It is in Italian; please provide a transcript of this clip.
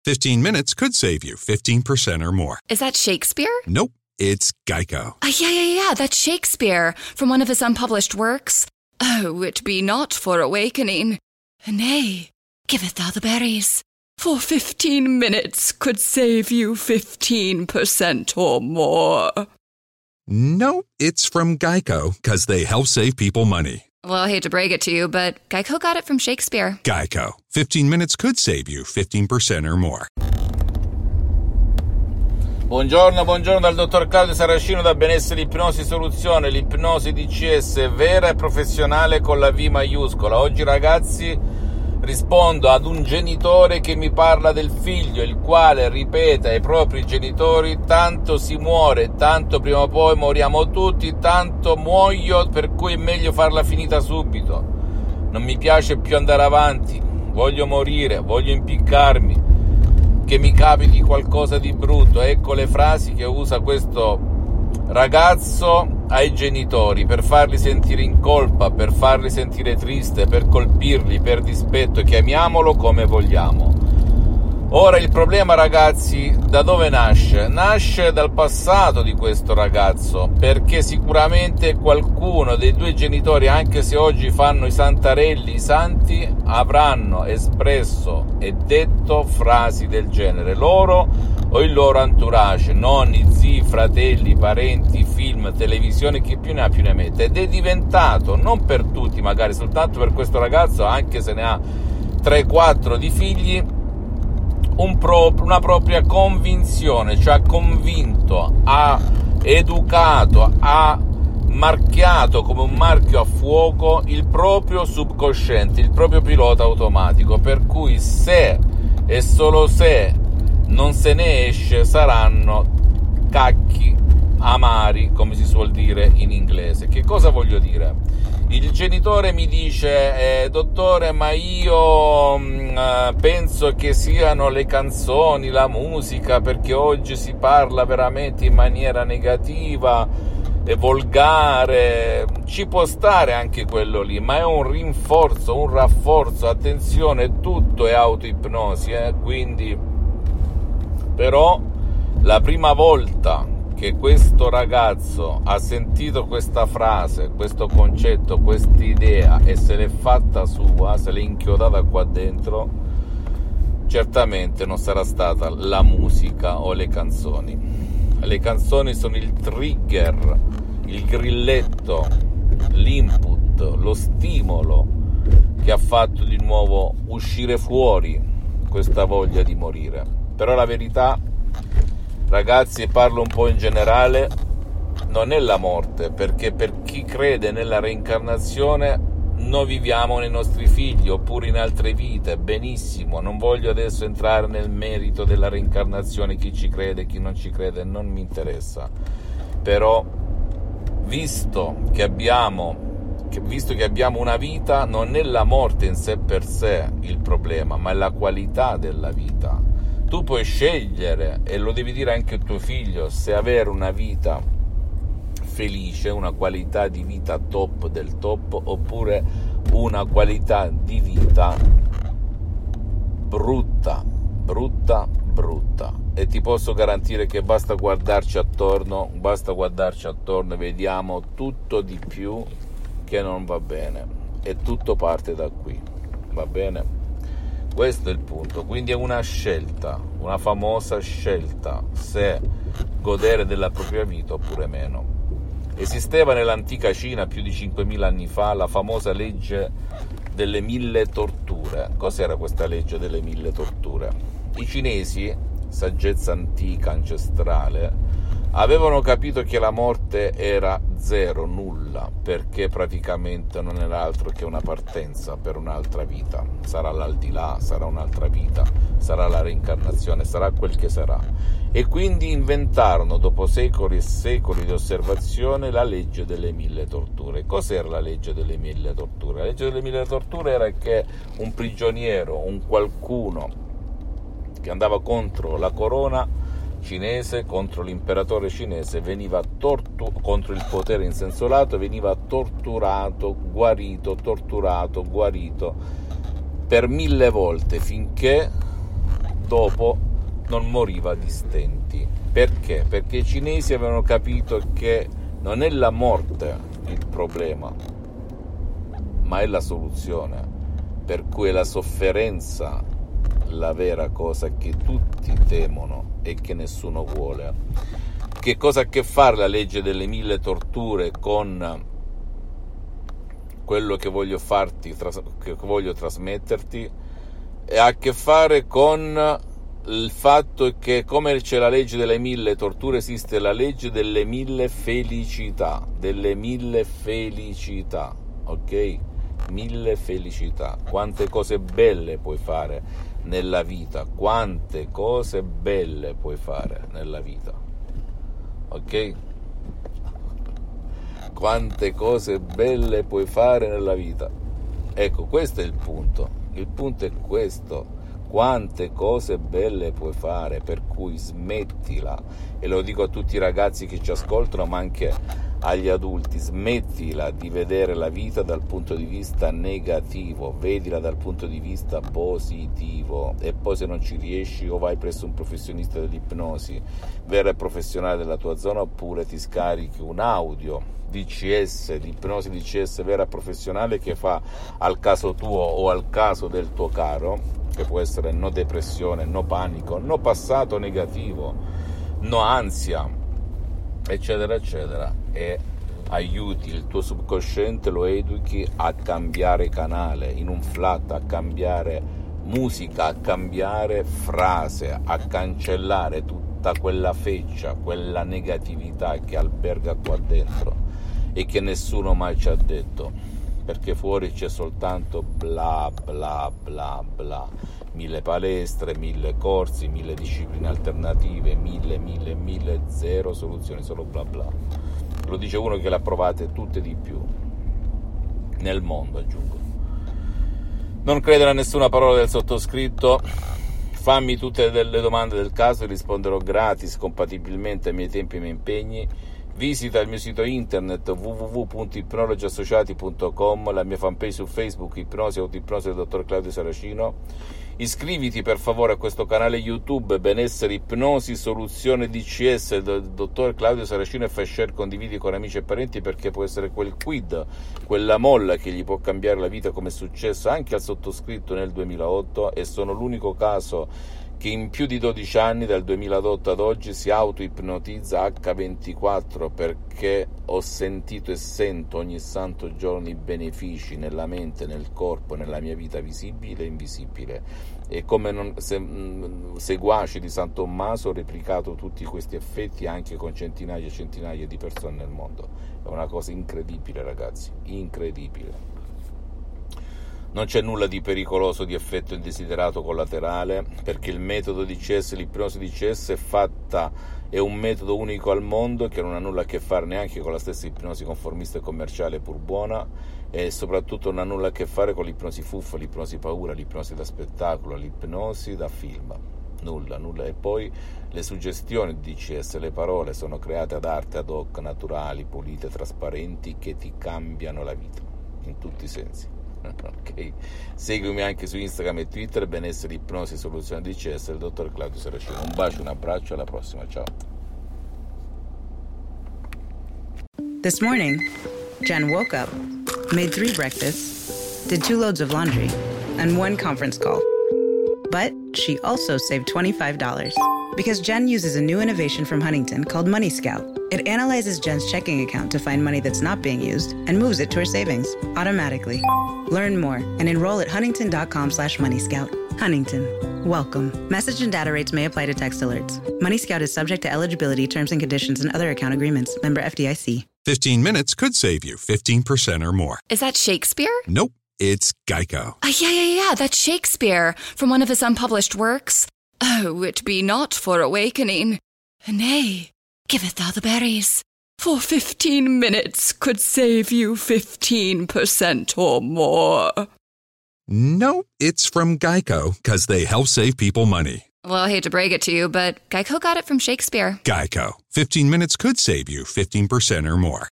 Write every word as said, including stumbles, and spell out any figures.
fifteen minutes could save you fifteen percent or more. Is that Shakespeare? Nope, it's Geico. Uh, yeah, yeah, yeah, that's Shakespeare from one of his unpublished works. Oh, it be not for awakening. Nay, giveth thou the berries. For fifteen minutes could save you fifteen percent or more. Nope, it's from Geico, because they help save people money. Well, I hate to break it to you, but Geico got it from Shakespeare. Geico. fifteen minutes could save you fifteen percent or more. Buongiorno, buongiorno dal dottor Claudio Saracino da Benessere Ipnosi Soluzione, l'ipnosi D C S vera e professionale con la V maiuscola. Oggi ragazzi rispondo ad un genitore che mi parla del figlio, il quale ripete ai propri genitori: tanto si muore, tanto prima o poi moriamo tutti, tanto muoio, per cui è meglio farla finita subito. Non mi piace più andare avanti, voglio morire, voglio impiccarmi, che mi capiti qualcosa di brutto. Ecco le frasi che usa questo ragazzo ai genitori per farli sentire in colpa, per farli sentire triste, per colpirli, per dispetto, chiamiamolo come vogliamo. Ora il problema ragazzi da dove nasce? Nasce dal passato di questo ragazzo, perché sicuramente qualcuno dei due genitori, anche se oggi fanno i santarelli, i santi, avranno espresso e detto frasi del genere, loro o il loro entourage, nonni, zii, fratelli, parenti, film, televisione, chi più ne ha più ne mette, ed è diventato, non per tutti, magari soltanto per questo ragazzo, anche se ne ha tre quattro di figli, un pro, una propria convinzione, cioè ha convinto, ha educato, ha marchiato come un marchio a fuoco il proprio subconsciente, il proprio pilota automatico, per cui se e solo se non se ne esce saranno cacchi amari, come si suol dire in inglese. Che cosa voglio dire? Il genitore mi dice: eh, dottore, ma io mh, penso che siano le canzoni, la musica, perché oggi si parla veramente in maniera negativa e volgare. Ci può stare anche quello lì, ma è un rinforzo, un rafforzo. Attenzione, tutto è autoipnosi, eh? Quindi, però, la prima volta che questo ragazzo ha sentito questa frase, questo concetto, quest'idea e se l'è fatta sua, se l'è inchiodata qua dentro, certamente non sarà stata la musica o le canzoni. Le canzoni sono il trigger, il grilletto, l'input, lo stimolo che ha fatto di nuovo uscire fuori questa voglia di morire. Però la verità, ragazzi, parlo un po' in generale, non è la morte, perché per chi crede nella reincarnazione noi viviamo nei nostri figli oppure in altre vite, benissimo, non voglio adesso entrare nel merito della reincarnazione, chi ci crede, chi non ci crede, non mi interessa. Però visto che abbiamo che visto che abbiamo una vita, non è la morte in sé per sé il problema, ma è la qualità della vita. Tu puoi scegliere, e lo devi dire anche a tuo figlio, se avere una vita felice, una qualità di vita top del top, oppure una qualità di vita brutta, brutta, brutta. E ti posso garantire che basta guardarci attorno, basta guardarci attorno e vediamo tutto di più che non va bene. E tutto parte da qui, va bene? Questo è il punto, quindi è una scelta, una famosa scelta, se godere della propria vita oppure meno. Esisteva nell'antica Cina più di cinquemila anni fa la famosa legge delle mille torture. Cos'era questa legge delle mille torture? I cinesi, saggezza antica, ancestrale, avevano capito che la morte era zero, nulla, perché praticamente non era altro che una partenza per un'altra vita. Sarà l'aldilà, sarà un'altra vita, sarà la reincarnazione, sarà quel che sarà. E quindi inventarono, dopo secoli e secoli di osservazione, la legge delle mille torture. Cos'era la legge delle mille torture? La legge delle mille torture era che un prigioniero, un qualcuno che andava contro la corona cinese, contro l'imperatore cinese, veniva tortu- contro il potere in senso lato, veniva torturato, guarito, torturato, guarito per mille volte, finché dopo non moriva di stenti. Perché? Perché i cinesi avevano capito che non è la morte il problema, ma è la soluzione, per cui è la sofferenza la vera cosa che tutti temono e che nessuno vuole. Che cosa ha a che fare la legge delle mille torture con quello che voglio farti, che voglio trasmetterti? E ha a che fare con il fatto che, come c'è la legge delle mille torture, esiste la legge delle mille felicità, delle mille felicità, ok? Mille felicità. Quante cose belle puoi fare nella vita, quante cose belle puoi fare nella vita, ok? Quante cose belle puoi fare nella vita. Ecco, questo è il punto. Il punto è questo. Quante cose belle puoi fare, per cui smettila, e lo dico a tutti i ragazzi che ci ascoltano, ma anche agli adulti, smettila di vedere la vita dal punto di vista negativo, vedila dal punto di vista positivo, e poi se non ci riesci o vai presso un professionista dell'ipnosi vero e professionale della tua zona, oppure ti scarichi un audio D C S, di ipnosi D C S vera professionale, che fa al caso tuo o al caso del tuo caro, che può essere no depressione, no panico, no passato negativo, no ansia, eccetera eccetera, e aiuti il tuo subconsciente, lo educhi a cambiare canale in un flat, a cambiare musica, a cambiare frase, a cancellare tutta quella feccia, quella negatività che alberga qua dentro e che nessuno mai ci ha detto, perché fuori c'è soltanto bla bla bla bla, mille palestre, mille corsi, mille discipline alternative, mille mille mille zero soluzioni, solo bla bla. Lo dice uno che le ha provate tutte di più nel mondo, aggiungo. Non credere a nessuna parola del sottoscritto. Fammi tutte le domande del caso e risponderò gratis, compatibilmente ai miei tempi e ai miei impegni. Visita il mio sito internet w w w punto ipnologi associati punto com, la mia fanpage su Facebook Ipnosi e Autoipnosi del dottor Claudio Saracino. Iscriviti per favore a questo canale YouTube Benessere Ipnosi Soluzione D C S del dottor Claudio Saracino, e fai share, condividi con amici e parenti, perché può essere quel quid, quella molla che gli può cambiare la vita, come è successo anche al sottoscritto nel duemilaotto, e sono l'unico caso che in più di dodici anni, dal duemilaotto ad oggi, si autoipnotizza acca ventiquattro, perché ho sentito e sento ogni santo giorno i benefici nella mente, nel corpo, nella mia vita visibile e invisibile. E come non, se, seguaci di San Tommaso ho replicato tutti questi effetti anche con centinaia e centinaia di persone nel mondo. È una cosa incredibile, ragazzi, incredibile. Non c'è nulla di pericoloso, di effetto indesiderato collaterale, perché il metodo D C S, l'ipnosi D C S è fatta, è un metodo unico al mondo, che non ha nulla a che fare neanche con la stessa ipnosi conformista e commerciale pur buona, e soprattutto non ha nulla a che fare con l'ipnosi fuffa, l'ipnosi paura, l'ipnosi da spettacolo, l'ipnosi da film. Nulla, nulla. E poi le suggestioni D C S, le parole sono create ad arte, ad hoc, naturali, pulite, trasparenti, che ti cambiano la vita in tutti i sensi. Ok, seguimi anche su Instagram e Twitter, Benessere Ipnosi Soluzione D C S, il dottor Claudio Saracino. Un bacio, un abbraccio, alla prossima, ciao. This morning, Jen woke up, made three breakfasts, did two loads of laundry, and one conference call. But she also saved twenty-five dollars because Jen uses a new innovation from Huntington called Money Scout. It analyzes Jen's checking account to find money that's not being used and moves it to her savings automatically. Learn more and enroll at huntington.com slash money scout. Huntington. Welcome. Message and data rates may apply to text alerts. Money Scout is subject to eligibility, terms and conditions, and other account agreements. Member F D I C. fifteen minutes could save you fifteen percent or more. Is that Shakespeare? Nope, it's Geico. Uh, yeah, yeah, yeah, that's Shakespeare from one of his unpublished works. Oh, it be not for awakening. Nay, giveth thou the berries. For fifteen minutes could save you fifteen percent or more. Nope, it's from Geico, because they help save people money. Well, I hate to break it to you, but Geico got it from Shakespeare. Geico. fifteen minutes could save you fifteen percent or more.